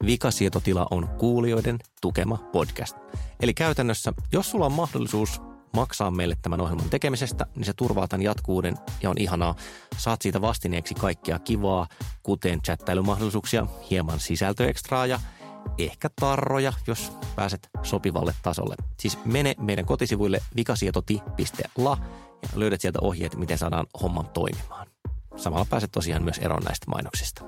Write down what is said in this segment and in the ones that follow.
Vikasietotila on kuulijoiden tukema podcast. Eli käytännössä, jos sulla on mahdollisuus maksaa meille tämän ohjelman tekemisestä, niin se turvaa tämän jatkuuden ja on ihanaa. Saat siitä vastineeksi kaikkea kivaa, kuten chattailumahdollisuuksia, hieman sisältöekstraa ja ehkä tarroja, jos pääset sopivalle tasolle. Siis mene meidän kotisivuille vikasietoti.la ja löydät sieltä ohjeet, miten saadaan homman toimimaan. Samalla pääset tosiaan myös eroon näistä mainoksista.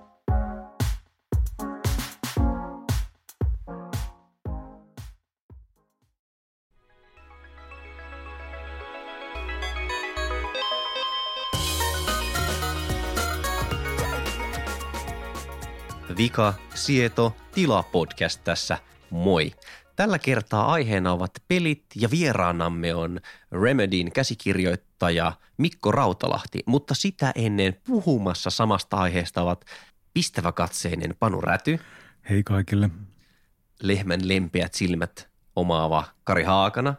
Vika, Sieto, Tila podcast tässä. Moi! Tällä kertaa aiheena ovat pelit ja vieraanamme on Remedyn käsikirjoittaja Mikko Rautalahti, mutta sitä ennen puhumassa samasta aiheesta ovat pistäväkatseinen Panu Räty. Hei kaikille. Lehmän lempeät silmät omaava Kari Haakana.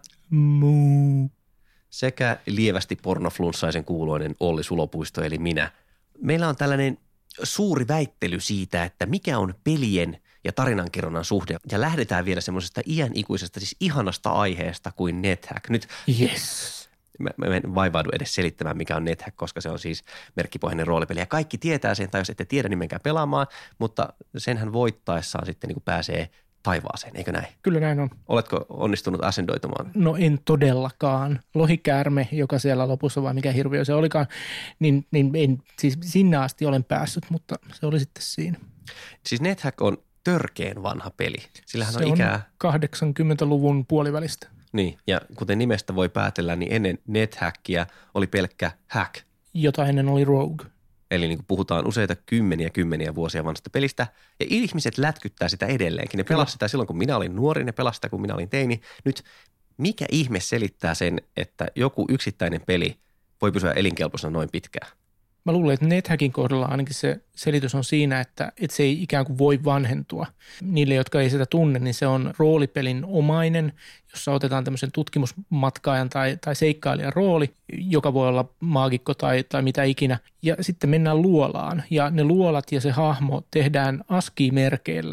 Muu. Sekä lievästi pornoflunssaisen kuuloinen Olli Sulopuisto eli minä. Meillä on tällainen suuri väittely siitä, että mikä on pelien ja tarinankerronnan suhde. Ja lähdetään vielä semmoisesta iänikuisesta, siis ihanasta aiheesta kuin NetHack. Nyt Yes. Mä en vaivaudu edes selittämään, mikä on NetHack, koska se on siis merkkipohjainen roolipeli. Ja kaikki tietää sen, tai jos ette tiedä, niin menkää pelaamaan, mutta senhän voittaessaan sitten niin kuin pääsee taivaaseen, eikö näin? Kyllä näin on. Oletko onnistunut asendoitumaan? No en todellakaan. Lohikäärme, joka siellä lopussa vai mikä hirviö se olikaan, niin en, siis sinne asti olen päässyt, mutta se oli sitten siinä. Siis NetHack on törkeen vanha peli. Sillähän se on ikää 80-luvun puolivälistä. Niin, ja kuten nimestä voi päätellä, niin ennen NetHackia oli pelkkä hack. Jota ennen oli Rogue. Eli niin kuin puhutaan useita kymmeniä vuosia vanhasta pelistä, ja ihmiset lätkyttää sitä edelleenkin. Ne pelasivat sitä silloin, kun minä olin nuori, ne pelasivat sitä, kun minä olin teini. Nyt mikä ihme selittää sen, että joku yksittäinen peli voi pysyä elinkelpoisena noin pitkään? Mä luulen, että NetHackin kohdalla ainakin se selitys on siinä, että se ei ikään kuin voi vanhentua. Niille, jotka ei sitä tunne, niin se on roolipelin omainen, jossa otetaan tämmöisen tutkimusmatkaajan tai seikkailijan rooli, joka voi olla maagikko tai mitä ikinä. Ja sitten mennään luolaan ja ne luolat ja se hahmo tehdään ASCII-merkeillä.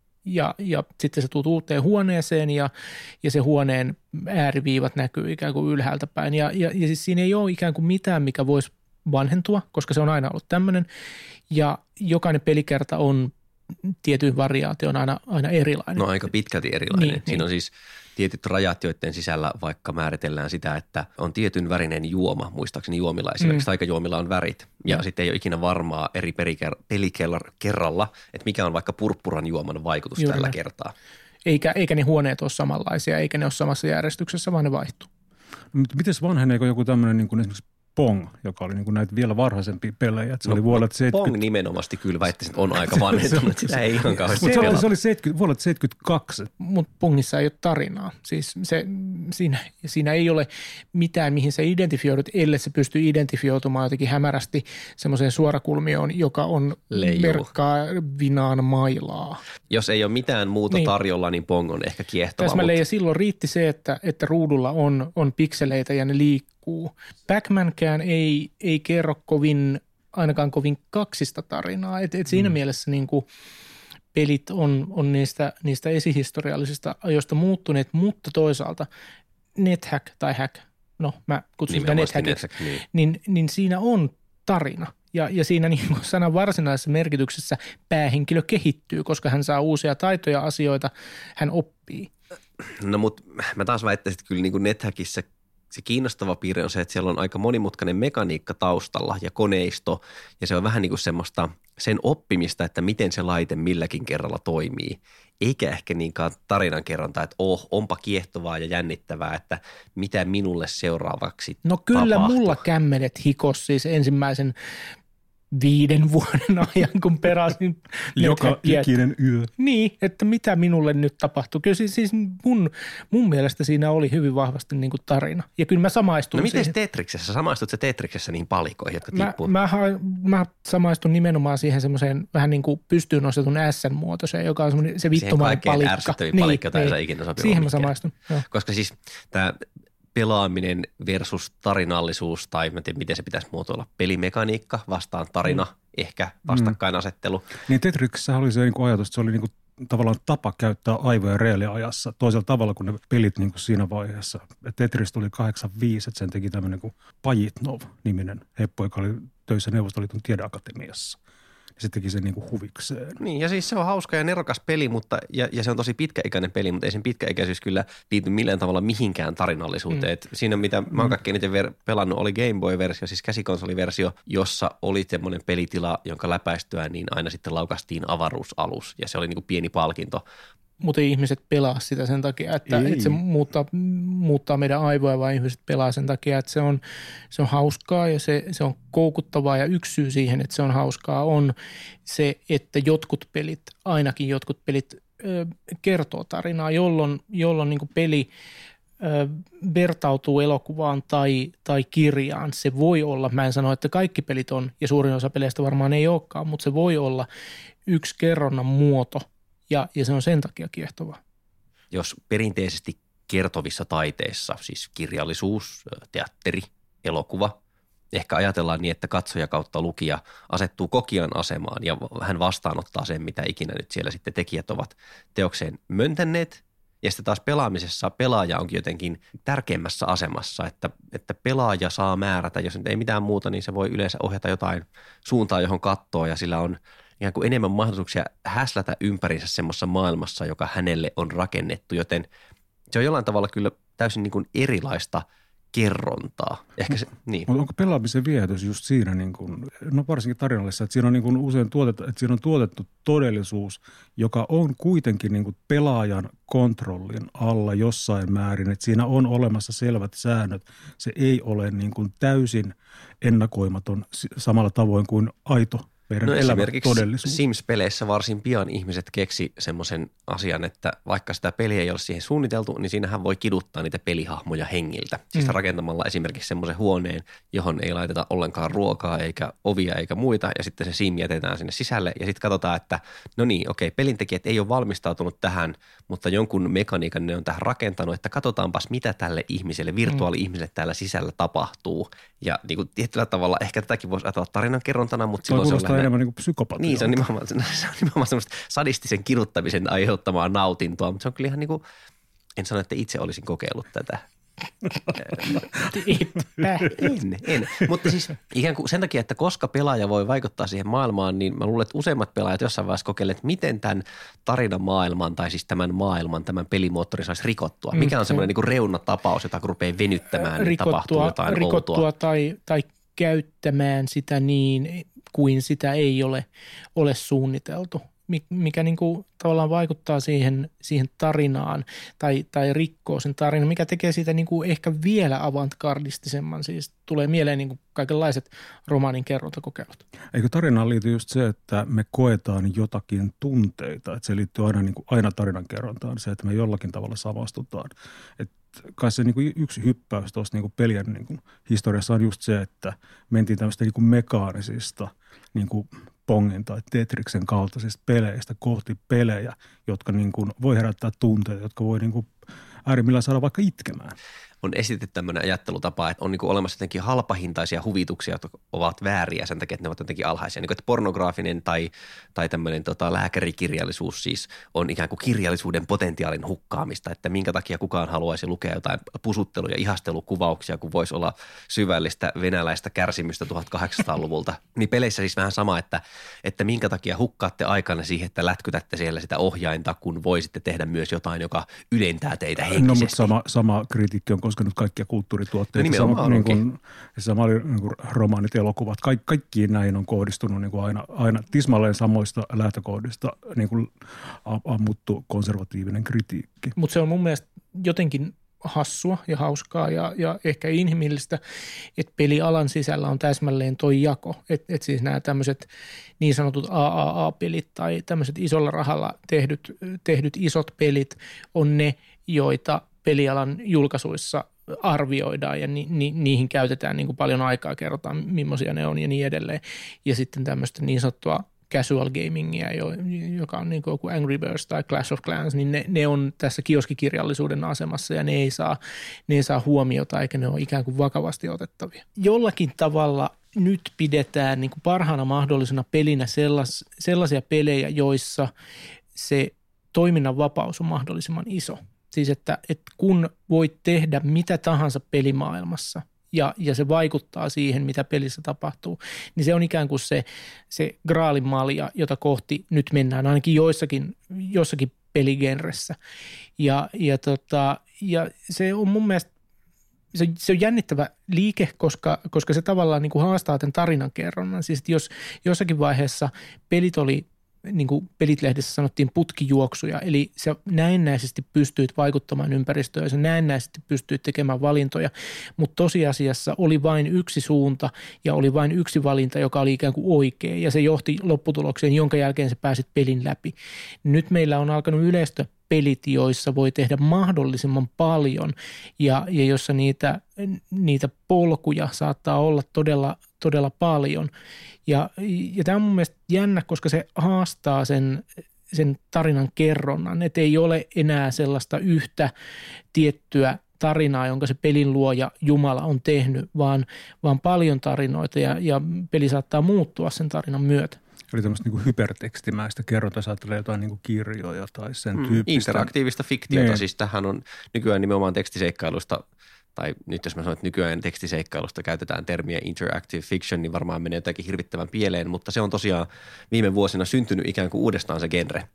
Ja sitten sä tuut uuteen huoneeseen ja se huoneen ääriviivat näkyy ikään kuin ylhäältä päin. Ja siis siinä ei ole ikään kuin mitään, mikä voisi vanhentua, koska se on aina ollut tämmöinen. Ja jokainen pelikerta on tietyin variaation aina erilainen. No aika pitkälti erilainen. Niin, Siinä on siis tietyt rajat, joiden sisällä vaikka määritellään sitä, että on tietyn värinen juoma, muistaakseni juomilla esimerkiksi taikajuomilla on värit. Ja sitten ei ole ikinä varmaa eri pelikerralla, että mikä on vaikka purppuran juoman vaikutus Juuri tällä näin. kertaa. Eikä ne huoneet ole samanlaisia, eikä ne ole samassa järjestyksessä, vaan ne vaihtuu. Mutta miten vanheneeko joku tämmöinen niin kuin esimerkiksi Pong, joka oli niin kuin näitä vielä varhaisempia pelejä? Se oli vuodelta 70. Pong nimenomasti kyllä väittäisin, että on aika vanhentunut. Sitä ei ihan kauheasti Mutta pelata. se oli vuodelta 72. Mutta Pongissa ei ole tarinaa. Siis siinä ei ole mitään, mihin sä identifioidut, ellei se pystyy identifioitumaan jotenkin hämärästi semmoiseen suorakulmioon, joka on merkkaavinaan mailaa. Jos ei ole mitään muuta tarjolla, niin Pong on ehkä kiehtova. Täsmälleen, ja silloin riitti se, että ruudulla on pikseleitä ja ne liikkuu. Pac-Mankään ei kerro ainakaan kovin kaksista tarinaa. Et siinä mielessä niin kuin pelit on niistä esihistoriallisista ajoista muuttuneet, mutta toisaalta NetHack tai hack, no mä kutsun sitä NetHackiksi, niin siinä on tarina. Ja siinä niin kuin sanan varsinaisessa merkityksessä päähenkilö kehittyy, koska hän saa uusia taitoja, asioita, hän oppii. No mutta mä taas väittäisin, että kyllä niin kuin NetHackissa se kiinnostava piirre on se, että siellä on aika monimutkainen mekaniikka taustalla ja koneisto, ja se on vähän niin kuin semmoista sen oppimista, että miten se laite milläkin kerralla toimii, eikä ehkä niinkään tarinankerronta, että onpa kiehtovaa ja jännittävää, että mitä minulle seuraavaksi No kyllä tapahtuu. mulla kämmenet hikos siis ensimmäisen 5 vuoden ajan, kun perasin Joka ikinen yö. Niin, että mitä minulle nyt tapahtuu. Kyllä siis mun mielestä siinä oli hyvin vahvasti niin kuin tarina. Ja kyllä mä samaistuin No miten siihen. Tetriksessä? Samaistut sä Tetriksessä niihin palikoihin, jotka tippuu? Mä samaistun nimenomaan siihen semmoiseen vähän niin kuin pystyyn nostetun S-muotoiseen, joka on se vittumainen palikka. Ärsyttävin palikka, jota ei saa ikinä sopia. Siihen mä samaistun. Joo. Koska siis tämä pelaaminen versus tarinallisuus, tai mä en tiedä, miten se pitäisi muotoilla, pelimekaniikka vastaan tarina, ehkä vastakkainasettelu. Niin Tetriksessä oli se niin kuin ajatus, että se oli niin kuin tavallaan tapa käyttää aivoja reaaliajassa toisella tavalla kuin ne pelit niin kuin siinä vaiheessa. Tetris tuli 85, että sen teki tämmöinen kuin Pajitnov-niminen heppo, joka oli töissä Neuvostoliiton tiedeakatemiassa. Se teki sen niin kuin huvikseen. Niin, ja siis se on hauska ja nerokas peli, mutta, ja se on tosi pitkäikäinen peli, mutta ei sen pitkäikäisyys kyllä liity millään tavalla mihinkään tarinallisuuteen. Siinä, mitä mä oon kaikkein eniten pelannut, oli Game Boy-versio, siis käsikonsoliversio, jossa oli semmoinen pelitila, jonka läpäistyään niin aina sitten laukastiin avaruusalus, ja se oli niin kuin pieni palkinto. Mutta ei ihmiset pelaa sitä sen takia, että se muuttaa meidän aivoja, vaan ihmiset pelaa sen takia, että se on hauskaa ja se on koukuttavaa. Ja yksi syy siihen, että se on hauskaa, on se, että ainakin jotkut pelit kertoo tarinaa, jolloin niin kuin peli vertautuu elokuvaan tai kirjaan. Se voi olla, mä en sano, että kaikki pelit on, ja suurin osa peleistä varmaan ei olekaan, mutta se voi olla yksi kerronnan muoto. Ja se on sen takia kiehtovaa. Jos perinteisesti kertovissa taiteissa, siis kirjallisuus, teatteri, elokuva, ehkä ajatellaan niin, että katsoja kautta lukija asettuu kokijan asemaan ja hän vastaanottaa sen, mitä ikinä nyt siellä sitten tekijät ovat teokseen möntänneet. Ja sitten taas pelaamisessa pelaaja onkin jotenkin tärkeimmässä asemassa, että pelaaja saa määrätä, jos nyt ei mitään muuta, niin se voi yleensä ohjata jotain suuntaa, johon katsoo ja sillä on ikään kuin enemmän mahdollisuuksia häslätä ympärinsä semmoisessa maailmassa, joka hänelle on rakennettu, joten se on jollain tavalla kyllä täysin niin kuin erilaista kerrontaa. Ehkä se, niin. Mutta onko pelaamisen viehätys just siinä, niin kuin, no varsinkin tarinallisessa, että siinä on niin kuin usein tuotettu todellisuus, joka on kuitenkin niin kuin pelaajan kontrollin alla jossain määrin, että siinä on olemassa selvät säännöt. Se ei ole niin kuin täysin ennakoimaton samalla tavoin kuin aito No esimerkiksi Sims-peleissä varsin pian ihmiset keksi semmoisen asian, että vaikka sitä peliä ei ole siihen suunniteltu, niin siinähän voi kiduttaa niitä pelihahmoja hengiltä. Siis rakentamalla esimerkiksi semmoisen huoneen, johon ei laiteta ollenkaan ruokaa eikä ovia eikä muita ja sitten se sim jätetään sinne sisälle ja sitten katsotaan, että no niin, okei, pelintekijät ei ole valmistautunut tähän, mutta jonkun mekaniikan ne on tähän rakentanut, että katsotaanpas mitä tälle ihmiselle, virtuaali-ihmiselle täällä sisällä tapahtuu. Ja niin kuin tietyllä tavalla ehkä tätäkin voisi ajatella tarinankerrontana, mutta silloin se on enemmän niin kuin psykopatia. Niin, se on nimenomaan semmoista sadistisen kirjoittamisen aiheuttamaa nautintoa, mutta se on kyllä ihan niin kuin, en sano, että itse olisin kokeillut tätä. En. Mutta siis ikään kuin sen takia, että koska pelaaja voi vaikuttaa siihen maailmaan, niin mä luulen, että useimmat pelaajat jossain vaiheessa kokeilevat, että miten tämän tarinamaailman tai siis tämän pelimoottorin saisi rikottua. Mikä on semmoinen niin kuin reunatapaus, jota kun rupeaa venyttämään, niin tapahtuu jotain outoa. Tai käyttämään sitä niin kuin sitä ei ole suunniteltu, mikä niin kuin tavallaan vaikuttaa siihen tarinaan tai rikkoo sen tarinan, mikä tekee siitä niin kuin ehkä vielä avantgardistisemman. Siis tulee mieleen niin kuin kaikenlaiset romaanin kerrontakokeilut. Eikö tarinaan liity just se, että me koetaan jotakin tunteita, että se liittyy aina tarinan kerrontaan, se, että me jollakin tavalla samastutaan. Että kai se niin kuin yksi hyppäys tuossa niin kuin pelien niin kuin historiassa on just se, että mentiin tämmöistä niin kuin mekaanisista niin kuin Pongin tai Tetriksen kaltaisista peleistä kohti pelejä, jotka niin kuin voi herättää tunteita, jotka voi niin kuin äärimmillään saada vaikka itkemään. On esitetty tämmöinen ajattelutapa, että on niin kuin olemassa jotenkin halpahintaisia huvituksia, jotka ovat vääriä sen takia, että ne ovat jotenkin alhaisia. Niin kuin, että pornograafinen tai tämmöinen lääkärikirjallisuus siis on ikään kuin kirjallisuuden potentiaalin hukkaamista, että minkä takia kukaan haluaisi lukea jotain pusuttelu- ja ihastelukuvauksia, kun voisi olla syvällistä venäläistä kärsimystä 1800-luvulta. Niin peleissä siis vähän sama, että minkä takia hukkaatte aikana siihen, että lätkytätte siellä sitä ohjainta, kun voisitte tehdä myös jotain, joka ylentää teitä henkisesti. No, mutta sama kritiikki on koskenut kaikkia kulttuurituotteita. Sama oli niin kuin romaanit, elokuvat. Kaikkiin näihin on kohdistunut niin kuin aina tismalleen samoista lähtökohdista niin kuin ammuttu konservatiivinen kritiikki. Mutta se on mun mielestä jotenkin hassua ja hauskaa ja ehkä inhimillistä, että pelialan sisällä on täsmälleen toi jako. Että siis nämä tämmöiset niin sanotut AAA-pelit tai tämmöiset isolla rahalla tehdyt isot pelit on ne, joita pelialan julkaisuissa arvioidaan ja niihin käytetään niin kuin paljon aikaa, kerrotaan millaisia ne on ja niin edelleen. Ja sitten tämmöistä niin sanottua casual gamingia, joka on niin kuin joku Angry Birds tai Clash of Clans, niin ne on tässä kioskikirjallisuuden asemassa ja ne ei saa huomiota eikä ne ole ikään kuin vakavasti otettavia. Jollakin tavalla nyt pidetään niin kuin parhaana mahdollisena pelinä sellaisia pelejä, joissa se toiminnan vapaus on mahdollisimman iso. Siis että kun voit tehdä mitä tahansa pelimaailmassa ja se vaikuttaa siihen, mitä pelissä tapahtuu, niin se on ikään kuin se graalin malja, jota kohti nyt mennään ainakin jossakin peligenressä. Ja se on mun mielestä, se on jännittävä liike, koska se tavallaan niin kuin haastaa tämän tarinankerronnan. Siis jos jossakin vaiheessa pelit oli, niin kuin Pelit-lehdessä sanottiin, putkijuoksuja, eli sä näennäisesti pystyit vaikuttamaan ympäristöön ja sä näennäisesti pystyit tekemään valintoja, mutta tosiasiassa oli vain yksi suunta ja oli vain yksi valinta, joka oli ikään kuin oikea ja se johti lopputulokseen, jonka jälkeen sä pääsit pelin läpi. Nyt meillä on alkanut yleistyä pelit, joissa voi tehdä mahdollisimman paljon ja jossa niitä polkuja saattaa olla todella paljon. Ja tämä on mun mielestä jännä, koska se haastaa sen tarinan kerronnan, että ei ole enää sellaista yhtä tiettyä tarinaa, jonka se pelin luoja Jumala on tehnyt, vaan paljon tarinoita ja peli saattaa muuttua sen tarinan myötä. Eli tämmöistä niin hypertekstimäistä kerrontaa, jos ajattelee jotain niin kirjoja tai sen tyyppistä. Interaktiivista fiktiota, siis tähän on nykyään nimenomaan tekstiseikkailusta, tai nyt jos mä sanon, että nykyään tekstiseikkailusta käytetään termiä interactive fiction, niin varmaan menee jotakin hirvittävän pieleen, mutta se on tosiaan viime vuosina syntynyt ikään kuin uudestaan se genre.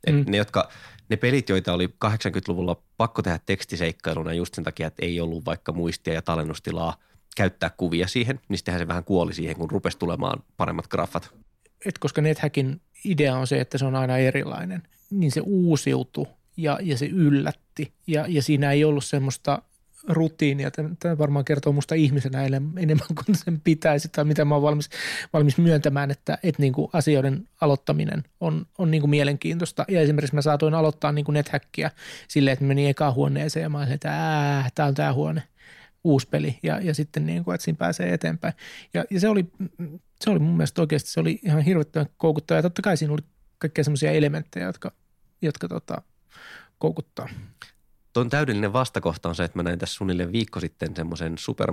Ne pelit, joita oli 80-luvulla pakko tehdä tekstiseikkailuna just sen takia, että ei ollut vaikka muistia ja tallennustilaa käyttää kuvia siihen, niin sittenhän se vähän kuoli siihen, kun rupesi tulemaan paremmat graffat. Koska NetHackin idea on se, että se on aina erilainen, niin se uusiutui ja se yllätti ja siinä ei ollut semmoista rutiinia. Tämä varmaan kertoo musta ihmisenä enemmän kuin sen pitäisi tai mitä mä oon valmis myöntämään, että niin kuin asioiden aloittaminen on niin kuin mielenkiintoista. Ja esimerkiksi mä saatoin aloittaa niin kuin NetHackia silleen, että menin ekaan huoneeseen ja mä olin, että tää on tää huone, uusi peli ja sitten niin kuin, että siinä pääsee eteenpäin. Ja se oli mun mielestä oikeasti, se oli ihan hirvettävän koukuttava ja totta kai siinä oli kaikkea semmoisia elementtejä, jotka koukuttaa. Tuon täydellinen vastakohta on se, että mä näin tässä suunnilleen viikko sitten semmoisen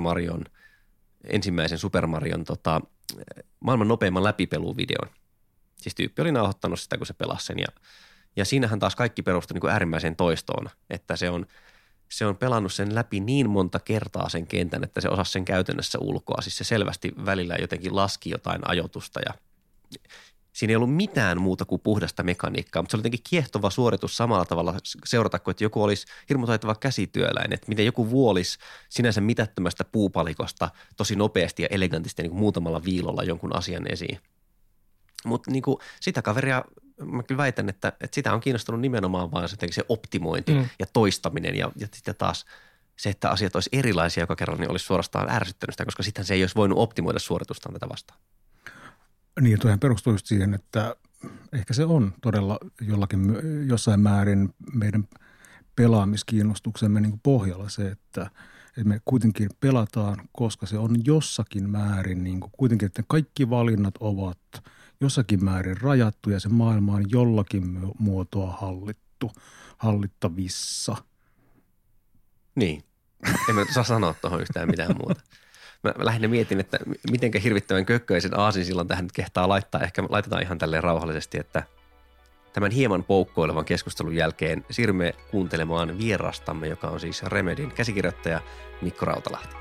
ensimmäisen Super Marion maailman nopeimman läpipeluvideon. Siis tyyppi oli nauhoittanut sitä, kun se pelasi sen ja siinähän taas kaikki perustui niin kuin äärimmäiseen toistoon, että se on pelannut sen läpi niin monta kertaa sen kentän, että se osasi sen käytännössä ulkoa. Siis se selvästi välillä jotenkin laski jotain ajoitusta ja siinä ei ollut mitään muuta kuin puhdasta mekaniikkaa, mutta se oli jotenkin kiehtova suoritus samalla tavalla seurata, kuin että joku olisi hirmu taitava käsityöläinen, että miten joku vuolisi sinänsä mitättömästä puupalikosta tosi nopeasti ja elegantisti niin kuin muutamalla viilolla jonkun asian esiin. Mutta niin kuin sitä kaveria mä kyllä väitän, että sitä on kiinnostunut nimenomaan vaan se optimointi ja toistaminen ja sitten taas se, että asiat olisi erilaisia joka kerran, niin olisi suorastaan ärsyttänyt sitä, koska sitten se ei olisi voinut optimoida suoritustaan tätä vastaan. Niin, tuohan perustuu just siihen, että ehkä se on todella jossain määrin meidän pelaamiskiinnostuksemme niin kuin pohjalla se, että me kuitenkin pelataan, koska se on jossakin määrin niin kuin kuitenkin, että kaikki valinnat ovat jossakin määrin rajattu ja se maailma on jollakin muotoa hallittavissa. Niin, en mä saa sanoa tuohon yhtään mitään muuta. Mä lähinnä mietin, että mitenkä hirvittävän kökköisen aasinsillan tähän nyt kehtaa laittaa. Ehkä laitetaan ihan tälleen rauhallisesti, että tämän hieman poukkoilevan keskustelun jälkeen siirrymme kuuntelemaan vierastamme, joka on siis Remedyn käsikirjoittaja Mikko Rautalahti.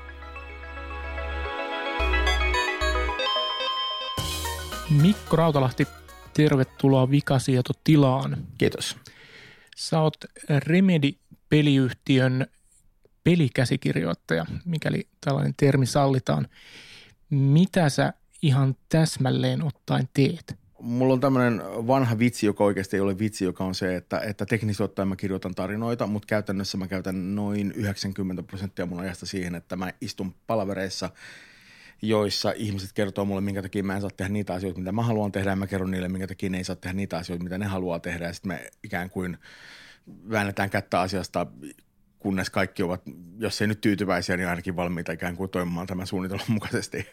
Mikko Rautalahti, tervetuloa Vikasietotilaan. Kiitos. Sä oot Remedy-peliyhtiön pelikäsikirjoittaja, mikäli tällainen termi sallitaan. Mitä sä ihan täsmälleen ottaen teet? Mulla on tämmöinen vanha vitsi, joka oikeasti ei ole vitsi, joka on se, että teknisesti ottaen mä kirjoitan tarinoita, mutta käytännössä mä käytän noin 90% mun ajasta siihen, että mä istun palavereissa, joissa ihmiset kertoo mulle, minkä takia mä en saa tehdä niitä asioita, mitä mä haluan tehdä, ja mä kerron niille, minkä takia ne ei saa tehdä niitä asioita, mitä ne haluaa tehdä, ja sitten me ikään kuin väännetään kättä asiasta kunnes kaikki ovat, jos ei nyt tyytyväisiä, niin ainakin valmiita ikään kuin toimimaan tämän suunnitelman mukaisesti.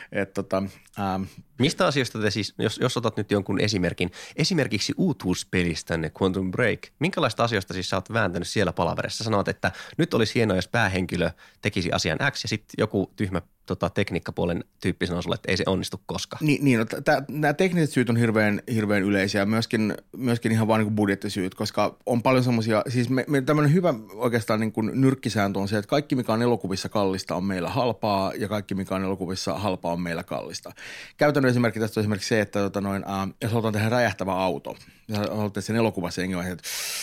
Mistä asioista te siis, jos otat nyt jonkun esimerkin, esimerkiksi uutuuspelistänne Quantum Break, minkälaista asioista siis sä oot vääntänyt siellä palaverissa? Sanoit, että nyt olisi hienoa, jos päähenkilö tekisi asian X ja sitten joku tyhmä tekniikkapuolen tyyppi sanoo sulle, että ei se onnistu koskaan. Niin nämä tekniset syyt on hirveän yleisiä, myöskin ihan vaan niin kuin budjettisyyt, koska on paljon semmoisia, siis me tämmöinen hyvä oikeastaan niin kuin nyrkkisääntö on se, että kaikki mikä on elokuvissa kallista on meillä halpaa ja kaikki mikä on elokuvissa halpaa on meillä kallista. Käytännön esimerkki tästä on esimerkiksi se, että jos halutaan tehdä räjähtävä auto, ja halutaan sen elokuvassa jengi on, että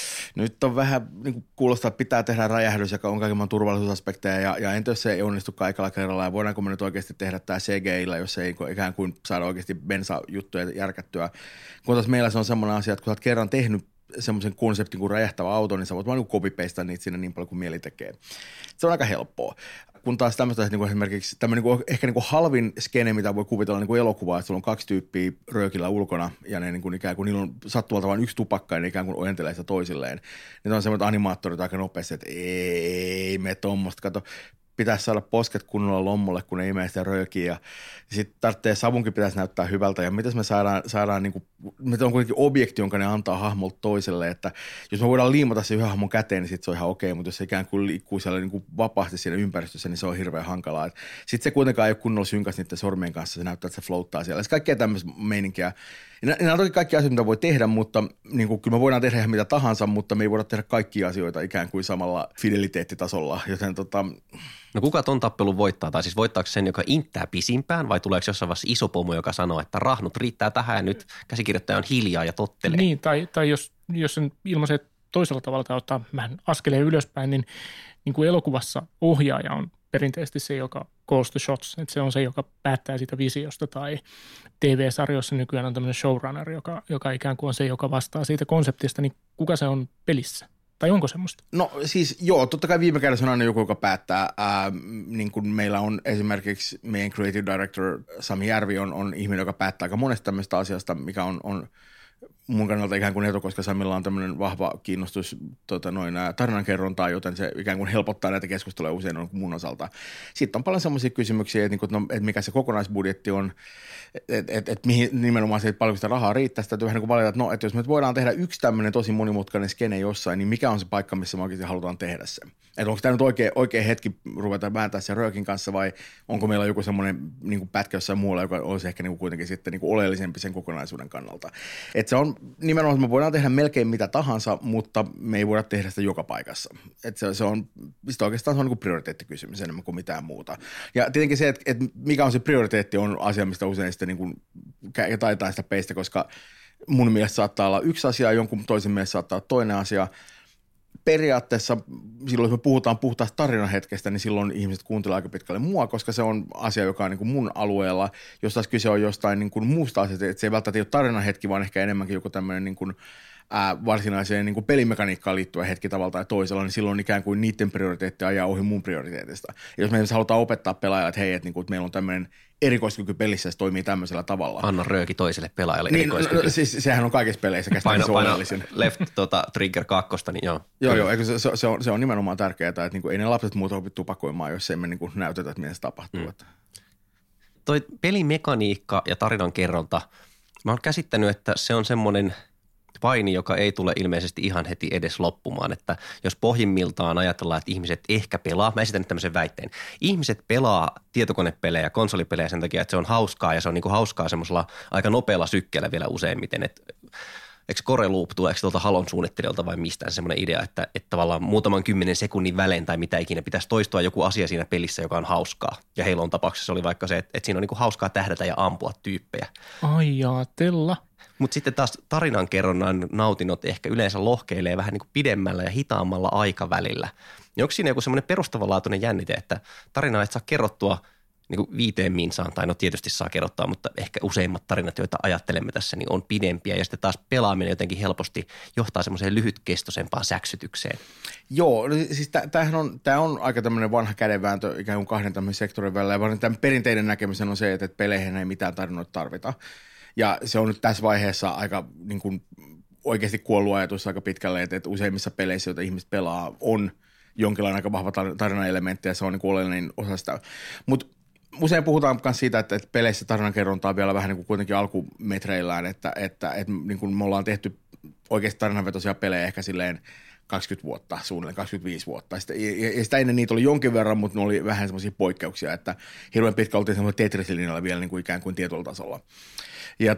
nyt on vähän niin kuin kuulostaa, että pitää tehdä räjähdys, joka on kaikenmaan turvallisuusaspekteja ja entä jos se ei onnistu kaikilla kerralla ja voidaanko me nyt oikeasti tehdä tämä CGI-llä, jos ei ikään kuin saada oikeasti bensajuttuja järkättyä. Kun taas meillä se on semmoinen asia, että kun sä oot kerran tehnyt semmoisen konseptin kuin räjähtävä auto, niin sä voit vaan niin copy-pastea niitä sinne niin paljon kuin mieli tekee. Se on aika helppoa. Kun taas tämmöistä niin esimerkiksi tämmöinen niin ehkä niin halvin skene, mitä voi kuvitella niin elokuvaa, että sulla on 2 tyyppiä röökillä ulkona ja ne niin ikään kuin niillä on sattumalta vain yksi tupakka ja ne ikään kuin ojentelee sitä toisilleen. Niin on semmoinen animaattorit aika nopeasti, että ei me tommoista, kato. Pitäisi saada posket kunnolla lommolle, kun ne imee sitä röökiä ja sitten tarvitsee savunkin pitäisi näyttää hyvältä ja mitäs me saadaan niin kuin, me on kuitenkin objekti, jonka ne antaa hahmolta toiselle, että jos me voidaan liimata se yhden hahmon käteen, niin sitten se on ihan okei, mutta jos se ikään kuin liikkuu siellä niin kuin vapaasti siinä ympäristössä, niin se on hirveän hankalaa. Sitten se kuitenkaan ei ole kunnolla synkäs niiden sormien kanssa, se näyttää, että se floattaa siellä. Kaikkea tämmöistä meininkiä. Nämä on toki kaikki asioita, mitä voi tehdä, mutta niin kuin, kyllä me voidaan tehdä ihan mitä tahansa, mutta me ei voida tehdä kaikkia asioita ikään kuin samalla fideliteettitasolla, joten No kuka ton tappelun voittaa? Tai siis voittaako sen, joka inttää pisimpään vai tuleeko jossain vaiheessa iso pomo, joka sanoo, että rahnut riittää tähän ja nyt käsikirjoittaja on hiljaa ja tottelee? Niin, tai jos sen ilmaisee toisella tavalla tai ottaa vähän askeleen ylöspäin, niin kuin elokuvassa ohjaaja on perinteisesti se, joka calls the shots, että se on se, joka päättää siitä visiosta tai TV-sarjoissa nykyään on tämmöinen showrunner, joka ikään kuin on se, joka vastaa siitä konseptista, niin kuka se on pelissä? Tai onko semmoista? No siis joo, totta kai viime kädessä on aina joku, joka päättää. Niin kuin meillä on esimerkiksi meidän creative director Sami Järvi on ihminen, joka päättää aika monesta tämmöistä asiasta, mikä on mun kannalta ikään kuin etu, koska Samilla on tämmöinen vahva kiinnostus tarinankerrontaa, joten se ikään kuin helpottaa näitä keskusteluja usein on mun osalta. Sitten on paljon semmoisia kysymyksiä, että mikä se kokonaisbudjetti on, että mihin nimenomaan se, että paljonko sitä rahaa riittää. Sitä täytyy vähän niin kuin valita, että jos me voidaan tehdä yksi tämmöinen tosi monimutkainen skene jossain, niin mikä on se paikka, missä me oikeasti halutaan tehdä se. Että onko tämä nyt oikea hetki ruveta vääntää sen röökin kanssa vai onko meillä joku semmoinen niin kuin pätkä jossain muualla, joka olisi ehkä niin kuin kuitenkin sitten niin kuin oleellisempi sen kokonaisuuden kannalta. Että se on nimenomaan, että me voidaan tehdä melkein mitä tahansa, mutta me ei voida tehdä sitä joka paikassa. Että se on oikeastaan se on niin kuin prioriteettikysymys enemmän kuin mitään muuta. Ja tietenkin se, että mikä on se prioriteetti, on asia, mistä usein sitten niin kuin taitaa sitä peistä, koska mun mielestä saattaa olla yksi asia, jonkun toisen mielestä saattaa olla toinen asia. Periaatteessa silloin, jos me puhutaan puhtaasta tarinahetkestä, niin silloin ihmiset kuuntelevat aika pitkälle mua, koska se on asia, joka on niin kuin mun alueella. Jos taas kyse on jostain niin kuin muusta asiasta, että se ei välttämättä ole tarinahetki, vaan ehkä enemmänkin joku tämmöinen niin kuin varsinaiseen niin kuin pelimekaniikkaan liittyvä hetki tavalla tai toisella, niin silloin ikään kuin niiden prioriteetti ajaa ohi mun prioriteetista. Ja jos me halutaan opettaa pelaajille, että hei, että, niin kuin, että meillä on tämmöinen erikoiskyky pelissä, se toimii tämmöisellä tavalla. Anna rööki toiselle pelaajalle niin, erikoiskyky. Siis sehän on kaikissa peleissä käsittääkseni oleellisin. Left trigger 2, niin joo. Joo, eikö se on nimenomaan tärkeää, että niin kuin, ei ne lapset muuta opi tupakoimaan, jos emme niin kuin näytetä, että miten se tapahtuu. Toi pelimekaniikka ja tarinan kerronta, mä oon käsittänyt, että se on semmoinen paini, joka ei tule ilmeisesti ihan heti edes loppumaan, että jos pohjimmiltaan ajatellaan, että ihmiset ehkä pelaa, mä esitän nyt tämmöisen väitteen, ihmiset pelaa tietokonepelejä, konsolipelejä sen takia, että se on hauskaa ja se on niin kuin hauskaa semmoisella aika nopealla sykkeellä vielä useimmiten, että eikö Core Loop tuleeko tuolta Halon suunnittelijalta vai mistään semmoinen idea, että tavallaan muutaman 10 sekunnin välein tai mitä ikinä pitäisi toistua joku asia siinä pelissä, joka on hauskaa. Ja Halon tapauksessa oli vaikka se, että siinä on niin kuin hauskaa tähdätä ja ampua tyyppejä. Ai jaatella. Mutta sitten taas tarinankerronnan nautinnot ehkä yleensä lohkeilee vähän niin kuin pidemmällä ja hitaammalla aikavälillä. Niin onko siinä joku semmoinen perustavanlaatuinen jännite, että tarinaa et saa kerrottua niin kuin 5 minsaan, tai no tietysti saa kerrottaa, mutta ehkä useimmat tarinat, joita ajattelemme tässä, niin on pidempiä. Ja sitten taas pelaaminen jotenkin helposti johtaa semmoiseen lyhytkestoisempaan säksytykseen. Joo, siis tämä on aika tämmöinen vanha kädenvääntö ikään kuin kahden tämmöisen sektorin välillä. Ja tämän perinteinen näkemys on se, että peleihin ei mitään tarinoita tarvita. Ja se on nyt tässä vaiheessa aika niin kuin oikeasti kuollut ajatus aika pitkälle, että useimmissa peleissä, joita ihmiset pelaa, on jonkinlainen aika vahva tarinaelementti ja se on niin kuin oleellinen osa sitä. Mutta usein puhutaan myös siitä, että peleissä tarinankerronta on vielä vähän niin kuin kuitenkin alkumetreillään, että niin kuin me ollaan tehty oikeasti tarinanvetoisia pelejä ehkä silleen 20 vuotta, suunnilleen 25 vuotta. Ja sitä ennen niitä oli jonkin verran, mutta ne oli vähän semmoisia poikkeuksia, että hirveän pitkä oltiin semmoinen Tetris-linjalla vielä niin kuin ikään kuin tietyllä tasolla. Ja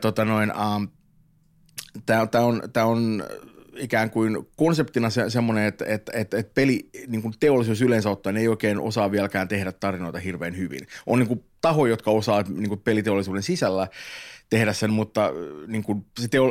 tämä on ikään kuin konseptina semmoinen, että peli niin kuin teollisuus yleensä ottaen ei oikein osaa vieläkään tehdä tarinoita hirveän hyvin. On niin kuin tahoja, jotka osaa niin kuin peliteollisuuden sisällä tehdä sen, mutta niin kuin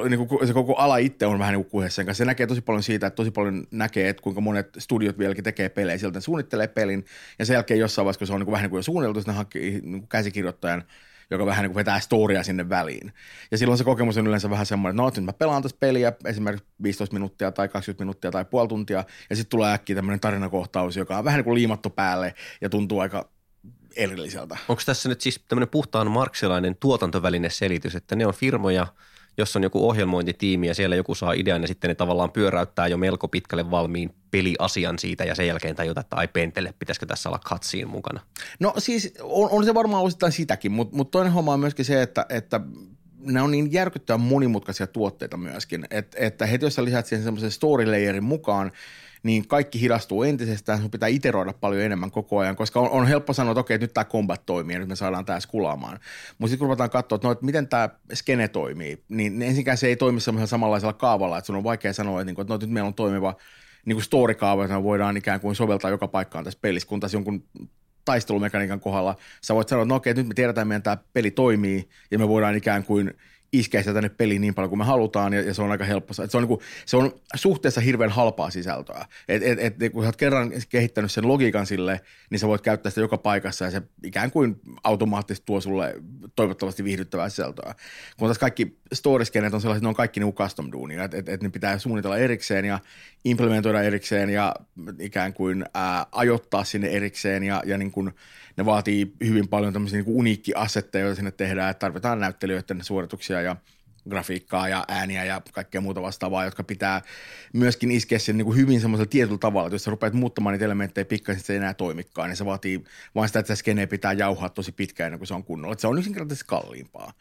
se koko ala itse on vähän niin kuin kuheessa sen kanssa. Se näkee tosi paljon siitä, että tosi paljon näkee, että kuinka monet studiot vieläkin tekee pelejä. Sieltä suunnittelee pelin ja sen jälkeen jossain vaiheessa, kun se on niin kuin vähän niin kuin jo suunniteltu, sitten ne hankkii niin kuin käsikirjoittajan, joka vähän niin kuin vetää storia sinne väliin. Ja silloin se kokemus on yleensä vähän semmoinen, että nyt mä pelaan tässä peliä esimerkiksi 15 minuuttia tai 20 minuuttia tai puoli tuntia ja sitten tulee äkkiä tämmöinen tarinakohtaus, joka on vähän niin kuin liimattu päälle ja tuntuu aika erilliseltä. Onko tässä nyt siis tämmöinen puhtaan marksilainen tuotantoväline selitys, että ne on firmoja, jos on joku ohjelmointitiimi ja siellä joku saa idean ja sitten ne tavallaan pyöräyttää jo melko pitkälle valmiin peliasian siitä ja sen jälkeen tajuta, että ai pentele, pitäisikö tässä olla cutscene mukana? No siis on se varmaan osittain sitäkin, mutta toinen homma on myöskin se, että ne on niin järkyttävän monimutkaisia tuotteita myöskin, että heti jos sä lisät siihen semmoisen story layerin mukaan, niin kaikki hidastuu entisestään, sun pitää iteroida paljon enemmän koko ajan, koska on helppo sanoa, että okei, nyt tämä combat toimii ja nyt me saadaan tämä skulaamaan. Mutta sitten kun ruvetaan katsoa, että miten tämä skene toimii, niin ensinkään se ei toimi semmoisella samanlaisella kaavalla, että sun on vaikea sanoa, että nyt meillä on toimiva niin kuin story-kaava, jota voidaan ikään kuin soveltaa joka paikkaan tässä pelissä, kun taas jonkun taistelumekaniikan kohdalla sä voit sanoa, että nyt me tiedetään, että meidän tämä peli toimii ja me voidaan ikään kuin iskeä sitä tänne peliin niin paljon kuin me halutaan ja se on aika helppo. Se on suhteessa hirveän halpaa sisältöä. Kun sä oot kerran kehittänyt sen logiikan sille, niin sä voit käyttää sitä joka paikassa ja se ikään kuin automaattisesti tuo sulle toivottavasti viihdyttävää sisältöä. Kun taas kaikki story-skenet on sellaiset, ne on kaikki niinku custom duunia, että ne pitää suunnitella erikseen ja implementoida erikseen ja ikään kuin ajoittaa sinne erikseen ja niin kuin ne vaatii hyvin paljon tämmöisiä niin kuin uniikki-assetteja, joita sinne tehdään, että tarvitaan näyttelijöiden suorituksia ja grafiikkaa ja ääniä ja kaikkea muuta vastaavaa, jotka pitää myöskin iskeä sen niin kuin hyvin semmoisella tietyllä tavalla, että jos sä rupeat muuttamaan niitä elementtejä pikkasen, se ei enää toimikaan, niin se vaatii vain sitä, että se skenee pitää jauhaa tosi pitkään ennen kuin se on kunnolla. Että se on yksinkertaisesti kalliimpaa.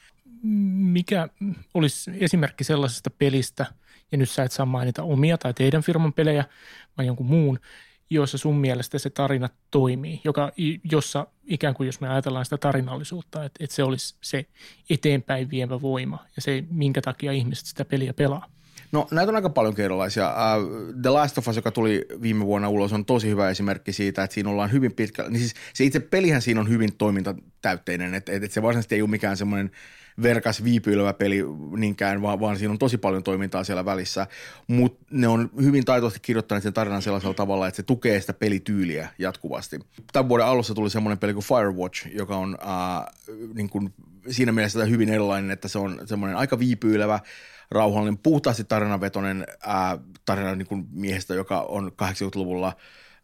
Mikä olisi esimerkki sellaisesta pelistä, ja nyt sä et saa mainita omia tai teidän firman pelejä, vai jonkun muun, jossa sun mielestä se tarina toimii, jossa ikään kuin jos me ajatellaan sitä tarinallisuutta, että se olisi se eteenpäin vievä voima ja se, minkä takia ihmiset sitä peliä pelaa. No näitä on aika paljon erilaisia. The Last of Us, joka tuli viime vuonna ulos, on tosi hyvä esimerkki siitä, että siinä ollaan hyvin pitkällä. Niin siis se itse pelihän siinä on hyvin toimintatäytteinen, että se varsinaisesti ei ole mikään semmoinen verkas viipyilevä peli niinkään, vaan siinä on tosi paljon toimintaa siellä välissä, mutta ne on hyvin taitoisesti kirjoittaneet sen tarinan sellaisella tavalla, että se tukee sitä pelityyliä jatkuvasti. Tämän vuoden alussa tuli semmoinen peli kuin Firewatch, joka on niin kuin siinä mielessä hyvin erilainen, että se on semmoinen aika viipyilevä, rauhallinen, puhtaasti tarinavetoinen tarina niin kuin miehestä, joka on 80-luvulla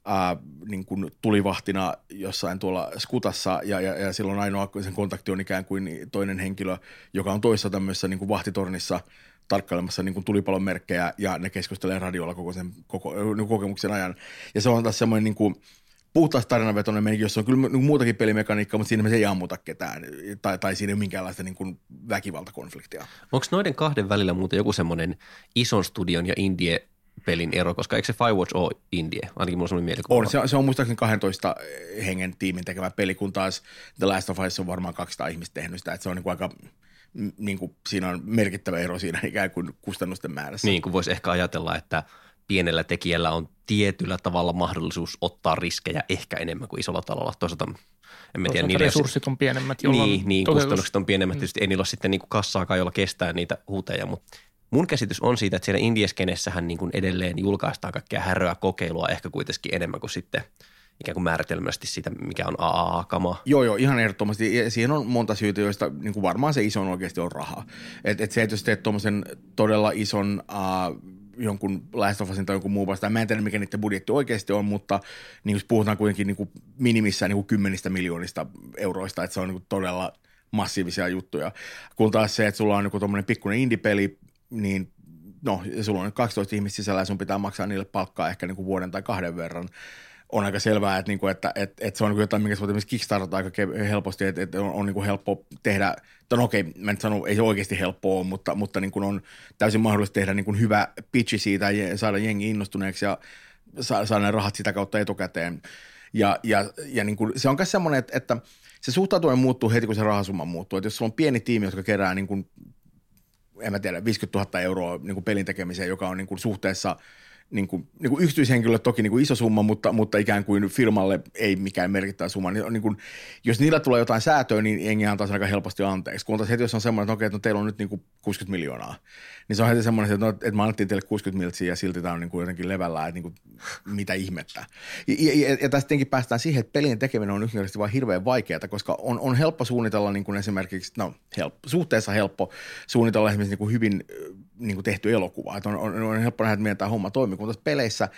niin kuin tulivahtina jossain tuolla skutassa ja silloin ainoa sen kontakti on ikään kuin toinen henkilö, joka on toisessa tämmöisessä niin kuin vahtitornissa tarkkailemassa niin kuin tulipalon merkkejä ja ne keskustelee radiolla koko sen kokemuksen ajan. Ja se on taas semmoinen niin kuin puhtaasti tarinavetoinen menikin, jossa on kyllä muutakin pelimekaniikkaa, mutta siinä me ei ammuta ketään tai siinä ei ole minkäänlaista niin kuin väkivaltakonfliktia. Onko noiden kahden välillä muuten joku semmoinen ison studion ja indie-pelin ero, koska eikö se Firewatch ole indie? Ainakin mulla on semmoinen mielikuva. Se on muistaakseni 12 hengen tiimin tekemä peli, kun taas The Last of Us on varmaan 200 ihmistä tehnyt sitä, että se on niin kuin aika niin kuin siinä on merkittävä ero siinä ikään kuin kustannusten määrässä. Niin kuin voisi ehkä ajatella, että pienellä tekijällä on tietyllä tavalla mahdollisuus ottaa riskejä ehkä enemmän kuin isolla talolla. Toisaalta en mä tiedä. Resurssit on pienemmät. Niin kustannukset on pienemmät. Tietysti ei niillä ole sitten niin kuin kassaakaan, jolla kestää niitä huuteja, mutta mun käsitys on siitä, että siellä indieskenessähän niin kuin edelleen julkaistaan kaikkea häröä kokeilua ehkä kuitenkin enemmän kuin sitten ikään kuin määritelmästi sitä, mikä on AAA-kamaa. Joo, ihan ehdottomasti. Ja siihen on monta syytä, joista niin kuin varmaan se ison oikeasti on raha. Et se, että jos teet tuommoisen todella ison jonkun Last of Usin tai jonkun muun vastaan. Mä en tiedä, mikä niiden budjetti oikeasti on, mutta niin jos puhutaan kuitenkin niin kuin minimissään niin kuin 10 miljoonista euroista, että se on niin kuin todella massiivisia juttuja. Kun taas se, että sulla on niin kuin tuommoinen pikkuinen indie-peli, niin no, sulla on 12 ihmistä sisällä ja sun pitää maksaa niille palkkaa ehkä niin kuin vuoden tai 2 verran. on aika selvää, että se on jotain, minkä se voi kickstartata aika helposti, että on niin kuin helppo tehdä, no okei, mä nyt sanon, ei se oikeasti helppoa ole, mutta niin kuin on täysin mahdollista tehdä niin kuin hyvä pitchi siitä ja saada jengi innostuneeksi ja saada ne rahat sitä kautta etukäteen. Ja niin kuin, se on myös semmoinen, että se suhtautuminen muuttuu heti, kun se rahasumma muuttuu. Että jos sulla on pieni tiimi, jotka kerää niin kuin, en mä tiedä, 50 000 euroa niin kuin pelin tekemiseen, joka on niin kuin suhteessa niin kuin yksityishenkilölle toki niin kuin iso summa, mutta ikään kuin firmalle ei mikään merkittävä summa. Niin kuin, jos niillä tulee jotain säätöä, niin jengi antaa sen aika helposti anteeksi. Kun taas heti, jos on semmoinen, että okei, että no, teillä on nyt niin kuin 60 miljoonaa, niin se on heti semmoinen, että, no, että me annettiin teille 60 miltsiä ja silti tämä on niin kuin jotenkin levällään, että niin kuin, mitä ihmettä. Ja tästä tietenkin päästään siihen, että pelien tekeminen on yksinkertaisesti vain hirveän vaikeaa, koska on helppo suunnitella niin kuin esimerkiksi, suhteessa helppo suunnitella esimerkiksi niin kuin hyvin niin kuin tehty elokuva. Että on helppo nähdä, että miten tämä homma toimii, kun tässä peleissä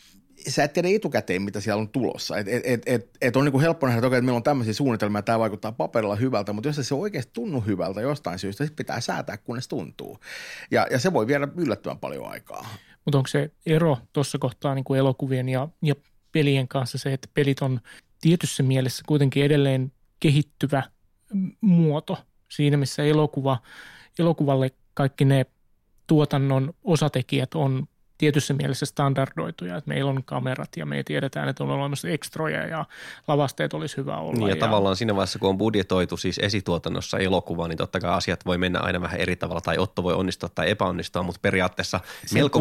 sä et tiedä etukäteen, mitä siellä on tulossa. Et on niin kuin helppo nähdä, että meillä on tämmöisiä suunnitelmia, tämä vaikuttaa paperilla hyvältä, mutta jos se oikeasti tunnu hyvältä jostain syystä, sitten pitää säätää, kunnes tuntuu. Ja se voi viedä yllättävän paljon aikaa. Mutta onko se ero tuossa kohtaa niin kuin elokuvien ja pelien kanssa se, että pelit on tietyssä mielessä kuitenkin edelleen kehittyvä muoto siinä, missä elokuvalle kaikki ne tuotannon osatekijät on tietyssä mielessä standardoituja, että meillä on kamerat ja me tiedetään, että on olemassa ekstroja ja lavasteet olisi hyvä olla. Niin ja tavallaan siinä vaiheessa, kun on budjetoitu siis esituotannossa elokuvaa, niin totta kai asiat voi mennä aina vähän eri tavalla tai Otto voi onnistua tai epäonnistua, mutta periaatteessa melko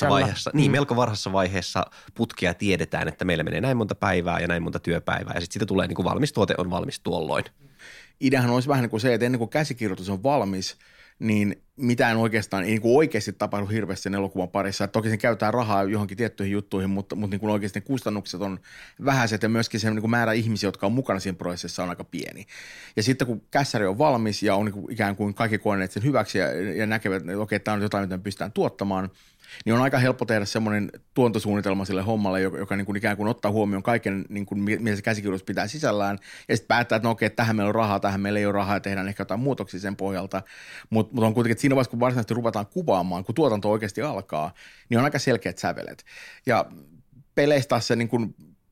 varhaisessa vaiheessa putkia tiedetään, että meillä menee näin monta päivää ja näin monta työpäivää ja sitten siitä tulee niin kuin valmis tuote on valmis tuolloin. Ideahan olisi vähän niin kuin se, että ennen kuin käsikirjoitus on valmis, niin mitään oikeastaan ei niin kuin oikeasti tapahdu hirveästi sen elokuvan parissa. Että toki sen käytetään rahaa johonkin tiettyihin juttuihin, mutta niin kuin oikeasti ne kustannukset on vähäiset ja myöskin se niin kuin määrä ihmisiä, jotka on mukana siinä prosessissa on aika pieni. Ja sitten kun kässäri on valmis ja on niin kuin ikään kuin kaikki koeneet sen hyväksi ja näkevät, että okei, tämä on jotain, mitä me pystytään tuottamaan, niin on aika helppo tehdä semmoinen tuontosuunnitelma sille hommalle, joka niin kuin ikään kuin ottaa huomioon kaiken, niin kuin, mitä se käsikirjoitus pitää sisällään, ja sitten päättää, että no okei, tähän meillä on rahaa, tähän meillä ei ole rahaa, ja tehdään ehkä jotain muutoksia sen pohjalta, mutta on kuitenkin, että siinä vaiheessa, kun varsinaisesti ruvetaan kuvaamaan, kun tuotanto oikeasti alkaa, niin on aika selkeät sävelet. Ja peleistä taas se niin kuin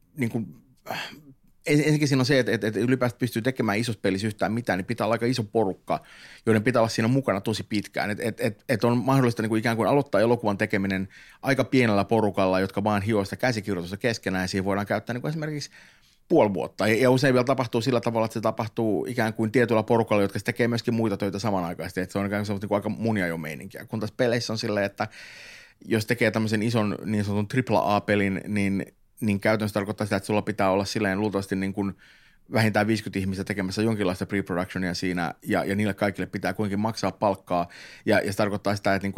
ensinnäkin siinä on se, että ylipäätään pystyy tekemään isossa pelissä yhtään mitään, niin pitää olla aika iso porukka, joiden pitää olla siinä mukana tosi pitkään. Että on mahdollista niin kuin ikään kuin aloittaa elokuvan tekeminen aika pienellä porukalla, jotka vaan hioo sitä käsikirjoitusta keskenään, ja siinä voidaan käyttää niin kuin esimerkiksi puoli vuotta. Ja usein vielä tapahtuu sillä tavalla, että se tapahtuu ikään kuin tietyllä porukalla, jotka tekee myöskin muita töitä samanaikaisesti. Että se on ikään kuin niin kuin aika muniajo-meininkiä. Kun taas peleissä on silleen, että jos tekee tämmöisen ison niin sanotun AAA-pelin, niin käytännössä tarkoittaa sitä, että sulla pitää olla silleen luultavasti niin kuin vähintään 50 ihmistä tekemässä jonkinlaista pre-productionia siinä, ja niille kaikille pitää kuitenkin maksaa palkkaa, ja se tarkoittaa sitä, että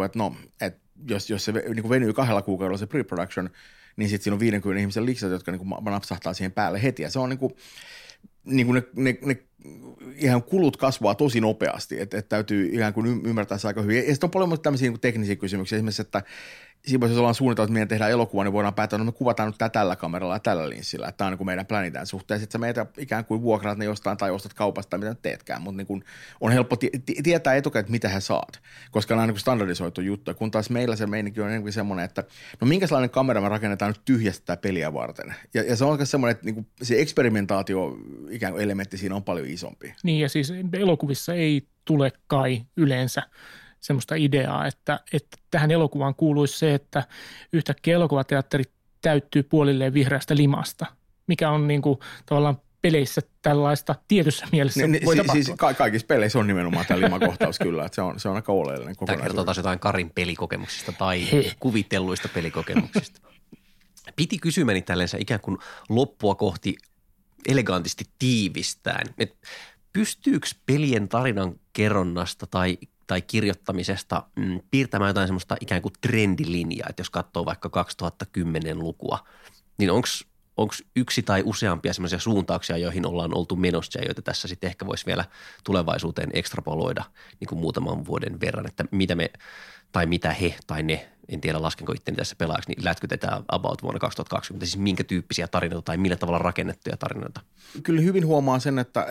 jos se niin kuin venyy 2 kuukaudella se pre-production, niin sitten siinä on 50 ihmisen liksat, jotka niin kuin napsahtaa siihen päälle heti, ja se on niin kuin ne ihan kulut kasvaa tosi nopeasti, että täytyy ikään kuin ymmärtää se aika hyvin. Ja sitten on paljon tämmöisiä niin teknisiä kysymyksiä, esimerkiksi, että siinä jos ollaan suunniteltu, että meidän tehdään elokuva, niin voidaan päättää, että me kuvataan nyt tällä kameralla ja tällä linssillä, että tämä on niin kuin meidän plani tämän suhteen. Sitten sä meitä ikään kuin vuokraat ne jostain tai ostat kaupasta tai mitä nyt teetkään, mutta niin kuin on helppo tietää etukäteen, mitä he saat, koska nämä on niin kuin standardisoitu juttu. Kun taas meillä se meininki on enemmän semmoinen, että no minkälainen kamera me rakennetaan nyt tyhjästä tätä peliä varten. Ja se on oikeasti semmoinen, että niin kuin se eksperimentaatio ikään kuin elementti siinä on paljon isompi. Niin ja siis elokuvissa ei tule kai yleensä semmoista ideaa, että tähän elokuvaan kuuluisi se, että yhtäkkiä elokuvateatteri täyttyy puolilleen vihreästä limasta, mikä on niin kuin tavallaan peleissä tällaista tietyssä mielessä voi tapahtua. Siis kaikissa peleissä on nimenomaan tämä limakohtaus kyllä, että se on aika oleellinen kokonaisuus. Tämä kertoo taas jotain Karin pelikokemuksista tai kuvitelluista pelikokemuksista. Piti kysymäni tällaisen ikään kuin loppua kohti elegantisti tiivistään, että pystyykö pelien tarinan kerronnasta tai kirjoittamisesta piirtämään jotain semmoista ikään kuin trendilinjaa, että jos katsoo vaikka 2010-lukua, niin onko yksi tai useampia semmoisia suuntauksia, joihin ollaan oltu menossa ja joita tässä sitten ehkä voisi vielä tulevaisuuteen ekstrapoloida niin kuin muutaman vuoden verran, että mitä he tai ne, en tiedä laskenko itteni tässä pelaajaksi, niin lätkytetään about vuonna 2020, siis minkä tyyppisiä tarinoita tai millä tavalla rakennettuja tarinoita? Kyllä hyvin huomaa sen, että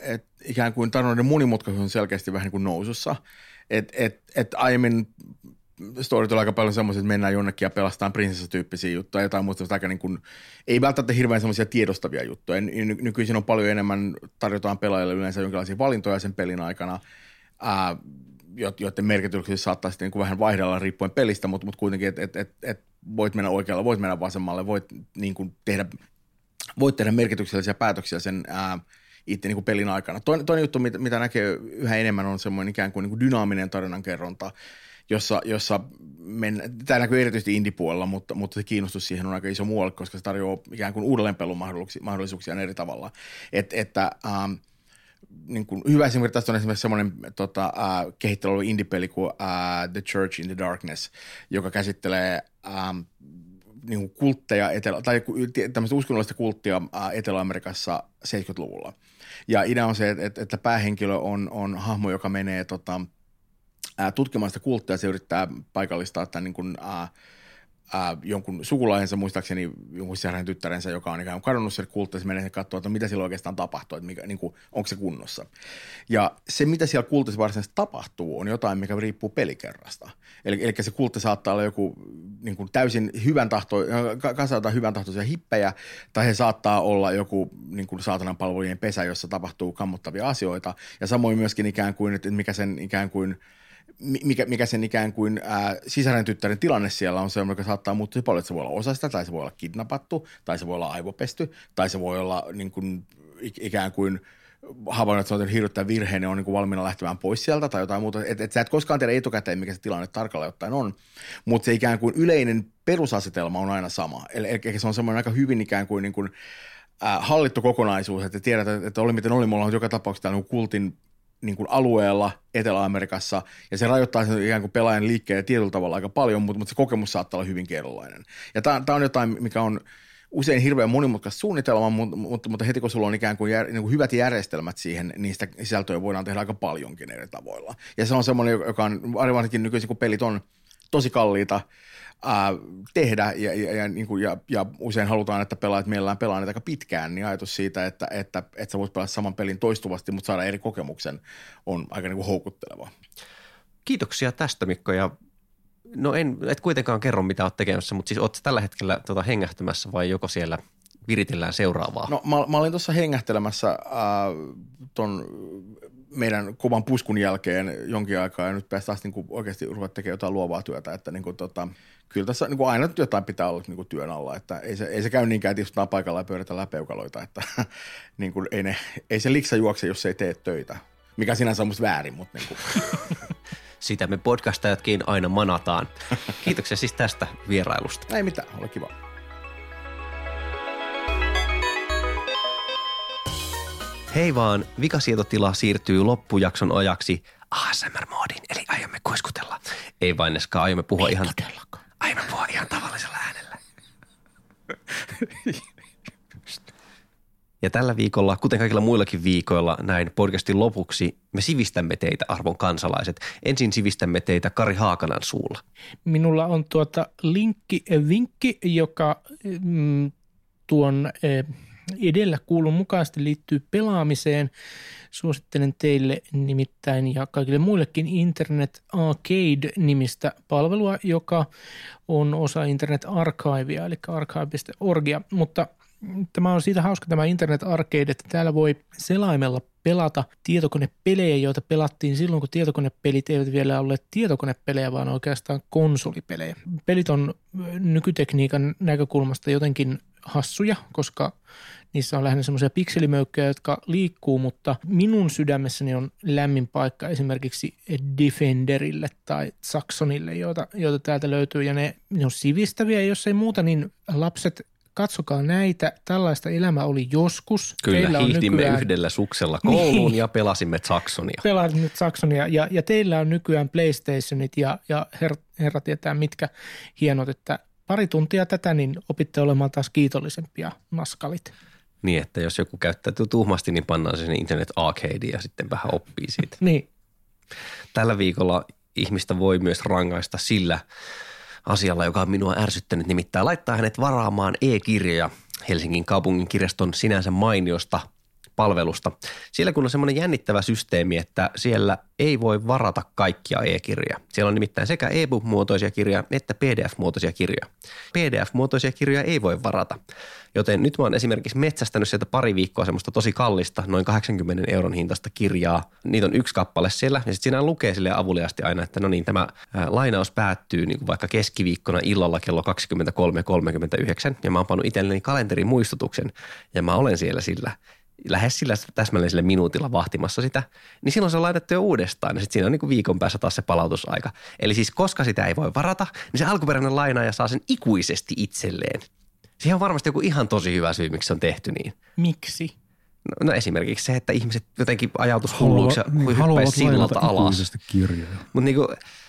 ikään kuin tarinoiden monimutkaisuus on selkeästi vähän niin kuin nousussa, että aiemmin storit on aika paljon semmoisia, että mennään jonnekin ja pelastaan prinsessatyyppisiä juttuja, jotain muuta aika niin kuin, ei välttämättä hirveän semmoisia tiedostavia juttuja. Nykyisin on paljon enemmän, tarjotaan pelaajille yleensä jonkinlaisia valintoja sen pelin aikana, joiden merkityksessä saattaa sitten niin kuin vähän vaihdella riippuen pelistä, mutta kuitenkin, että voit mennä oikealle, voit mennä vasemmalle, voit tehdä merkityksellisiä päätöksiä sen itse niin kuin pelin aikana. Toinen juttu, mitä näkee yhä enemmän, on semmoinen ikään kuin dynaaminen tarinankerronta, jossa tämä näkyy erityisesti indie-puolella, mutta se kiinnostus siihen on aika iso muualle, koska se tarjoaa ikään kuin uudelleenpelun mahdollisuuksia eri tavalla. Niin kuin hyvä esimerkki tästä on esimerkiksi semmoinen kehittely ollut indie-peli kuin The Church in the Darkness, joka käsittelee niin kuin kultteja tai tämmöistä uskonnollista kulttia Etelä-Amerikassa 70-luvulla. Ja idea on se, että päähenkilö on hahmo, joka menee tutkimaan sitä kulttia, se yrittää paikallistaa tämän niin kuin, jonkun sukulaisensa, muistaakseni jonkun sisarhen tyttärensä, joka on ikään kuin kadonnut sieltä kulttia, se menee katsoa, että mitä siellä oikeastaan tapahtuu, että niin kuin, onko se kunnossa. Ja se, mitä siellä kultissa varsinaisesti tapahtuu, on jotain, mikä riippuu pelikerrasta. Eli se kultti saattaa olla joku niin kuin täysin hyvän tahtoisia hippejä, tai he saattaa olla joku niin kuin saatanan palvelujen pesä, jossa tapahtuu kammottavia asioita, ja samoin myöskin ikään kuin, että mikä sen ikään kuin sisaren tyttären tilanne siellä on se, joka saattaa muuttua paljon, että se voi olla osa sitä, tai se voi olla kidnappattu, tai se voi olla aivopesty, tai se voi olla niin kuin, ikään kuin havainnut, että se on hirvittävän virheen, ne on niin kuin valmiina lähtemään pois sieltä tai jotain muuta. Et sä et koskaan tiedä etukäteen, mikä se tilanne tarkalleen ottaen on, mutta se ikään kuin yleinen perusasetelma on aina sama. Eli se on semmoinen aika hyvin ikään kuin, hallittu kokonaisuus, että tiedät, että oli miten oli, me ollaan joka tapauksessa täällä kultin niin kuin alueella Etelä-Amerikassa, ja se rajoittaa sen ikään kuin pelaajan liikkeen tietyllä tavalla aika paljon, mutta se kokemus saattaa olla hyvin erilainen. Ja tämä on jotain, mikä on usein hirveän monimutkaista suunnitelma, mutta heti kun sulla on ikään kuin, niin kuin hyvät järjestelmät siihen, niin sitä sisältöä voidaan tehdä aika paljonkin eri tavoilla. Ja se on semmoinen, joka on varsinkin nykyisin, kun pelit on tosi kalliita tehdä ja usein halutaan, että pelaajat mielellään pelaa niitä aika pitkään, niin ajatus siitä, että sä voit pelata saman pelin toistuvasti, mutta saada eri kokemuksen on aika niin kuin houkutteleva. Kiitoksia tästä, Mikko, ja no et kuitenkaan kerro, mitä oot tekemässä, mutta siis oot tällä hetkellä hengähtämässä vai joko siellä viritellään seuraavaa? No mä olin tuossa hengähtelemässä ton meidän kovan puskun jälkeen jonkin aikaa ja nyt päästään niin oikeasti ruveta tekemään jotain luovaa työtä, että niin kuin, kyllä tässä niin kuin aina jotain pitää olla niin kuin työn alla, että ei se käy niinkään, että istutaan paikalla ja pyöritään läpeukaloita, että niin kuin, ei se liksa juokse, jos ei tee töitä, mikä sinänsä on musta väärin, mutta niin kuin. Sitä me podcastajatkin aina manataan. Kiitoksia siis tästä vierailusta. Ei mitään, ole kiva. Hei vaan, vikasietotila siirtyy loppujakson ajaksi ASMR-moodiin, eli aiomme kuiskutella. Ei vain Neska, aiomme puhua ihan tavallisella äänellä. Ja tällä viikolla, kuten kaikilla muillakin viikoilla, näin podcastin lopuksi me sivistämme teitä, arvon kansalaiset. Ensin sivistämme teitä Kari Haakanan suulla. Minulla on vinkki, joka tuon edellä kuulun mukaisesti liittyy pelaamiseen. Suosittelen teille nimittäin ja kaikille muillekin Internet Arcade-nimistä palvelua, joka on osa Internet Archivea, eli archive.orgia, mutta tämä on siitä hauska tämä Internet Arcade, että täällä voi selaimella pelata tietokonepelejä, joita pelattiin silloin, kun tietokonepelit eivät vielä olleet tietokonepelejä, vaan oikeastaan konsolipelejä. Pelit on nykytekniikan näkökulmasta jotenkin hassuja, koska niissä on lähinnä semmoisia pikselimöykköjä, jotka liikkuu, mutta minun sydämessäni on lämmin paikka esimerkiksi Defenderille tai Saxonille, joita täältä löytyy, ja ne on sivistäviä, jos ei muuta, niin lapset, katsokaa näitä, tällaista elämä oli joskus. Kyllä, hiihdimme yhdellä suksella kouluun ja pelasimme Saxonia. Pelasimme Saxonia ja teillä on nykyään PlayStationit ja herra tietää mitkä hienot, että pari tuntia tätä, niin opitte olemaan taas kiitollisempia naskalit. Niin, että jos joku käyttäytyy tuhmasti, niin pannaan se sinne Internet Arcadeen ja sitten vähän oppii siitä. Niin. Tällä viikolla ihmistä voi myös rangaista sillä asialla, joka on minua ärsyttänyt, nimittäin laittaa hänet varaamaan e-kirjoja Helsingin kaupungin kirjaston sinänsä mainiosta palvelusta. Siellä kun on semmoinen jännittävä systeemi, että siellä ei voi varata kaikkia e-kirjoja. Siellä on nimittäin sekä e-book-muotoisia kirjoja että PDF-muotoisia kirjoja. PDF-muotoisia kirjoja ei voi varata, joten nyt mä oon esimerkiksi metsästänyt sieltä pari viikkoa semmoista tosi kallista, noin 80 € hintaista kirjaa. Niitä on 1 kappale siellä ja sitten siinä lukee silleen avuliasti aina, että no niin, tämä lainaus päättyy niin kuin vaikka keskiviikkona illalla kello 23.39 ja mä oon pannut itselleni kalenterin muistutuksen ja mä olen siellä lähes sillä täsmällisellä minuutilla vahtimassa sitä, niin silloin se on laitettu jo uudestaan ja sitten siinä on niin kuin viikon päässä taas se palautusaika. Eli siis koska sitä ei voi varata, niin se alkuperäinen lainaaja saa sen ikuisesti itselleen. Siihen on varmasti joku ihan tosi hyvä syy, miksi se on tehty niin. Miksi? No esimerkiksi se, että ihmiset jotenkin ajautuisi hulluiksi ja hyppäisi sillalta alas. Mutta niin kuin,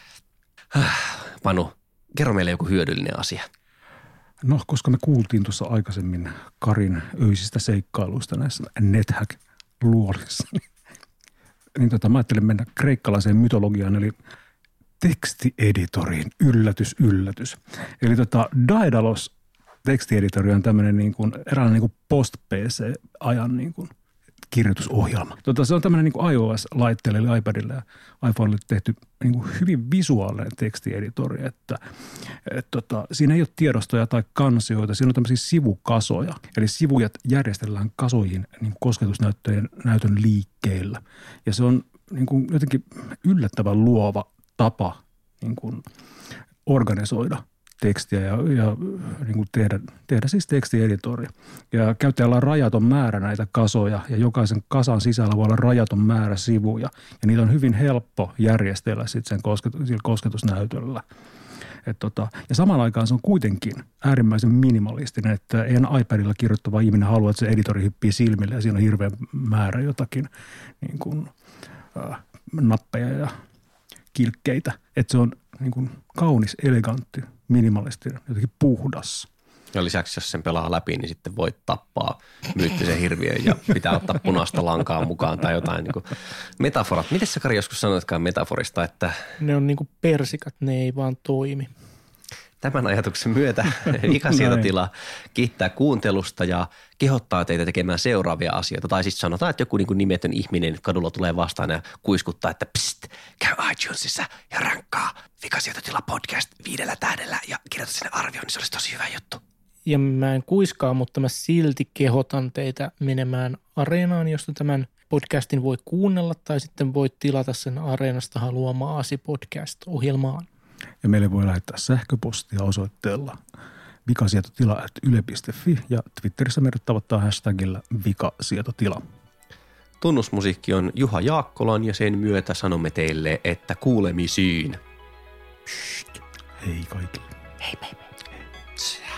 Panu, kerro meille joku hyödyllinen asia. No, koska me kuultiin tuossa aikaisemmin Karin öisistä seikkailuista näissä NetHack-luolissa, niin mä ajattelin mennä kreikkalaiseen mytologiaan, eli tekstieditoriin. Yllätys, yllätys. Eli Daedalus tekstieditori on tämmöinen niin kuin, eräänlainen niin kuin post-PC-ajan niin kuin kirjoitusohjelma. Se on tämmöinen niin kuin iOS-laitteelle, eli iPadille ja iPhonelle tehty niin kuin hyvin visuaalinen tekstieditori, että siinä ei ole tiedostoja tai kansioita, siinä on tämmöisiä sivukasoja, eli sivuja järjestellään kasoihin niin kosketusnäytön liikkeellä. Ja se on niin kuin jotenkin yllättävän luova tapa niin kuin organisoida tekstiä ja niin kuin tehdä siis tekstieditori. Ja käyttäjällä on rajaton määrä näitä kasoja ja jokaisen kasan sisällä voi olla rajaton määrä sivuja. Ja niitä on hyvin helppo järjestellä sitten sen kosketusnäytöllä. Ja samaan aikaan se on kuitenkin äärimmäisen minimalistinen, että ei iPadilla kirjoittava ihminen halua, että se editori hyppii silmille ja siinä on hirveä määrä jotakin niin kuin, nappeja ja kilkkeitä. Että se on niin kuin kaunis, elegantti, minimalistinen, jotenkin puhdas. Ja lisäksi, jos sen pelaa läpi, niin sitten voit tappaa myyttisen hirviön ja pitää ottaa punaista lankaa mukaan tai jotain niin kuin metaforat. Miten sä, Kari, joskus sanoitkaan metaforista, että ne on niin kuin persikat, ne ei vaan toimi. Tämän ajatuksen myötä Vikasietotila kiittää kuuntelusta ja kehottaa teitä tekemään seuraavia asioita. Tai siis sanotaan, että joku niin kuin nimetön ihminen kadulla tulee vastaan ja kuiskuttaa, että pst, käy iTunesissa ja rankkaa Vikasietotila podcast 5 tähdellä ja kirjoita sinne arvioon, niin se olisi tosi hyvä juttu. Ja mä en kuiskaa, mutta mä silti kehotan teitä menemään Areenaan, josta tämän podcastin voi kuunnella tai sitten voit tilata sen Areenasta haluamaasi podcast-ohjelmaan. Ja meille voi lähettää sähköpostia osoitteella vikasietotila@yle.fi ja Twitterissä meidät tavoittaa hashtagillä vikasietotila. Tunnusmusiikki on Juha Jaakkolan ja sen myötä sanomme teille, että kuulemisiin. Hei kaikille. Hei.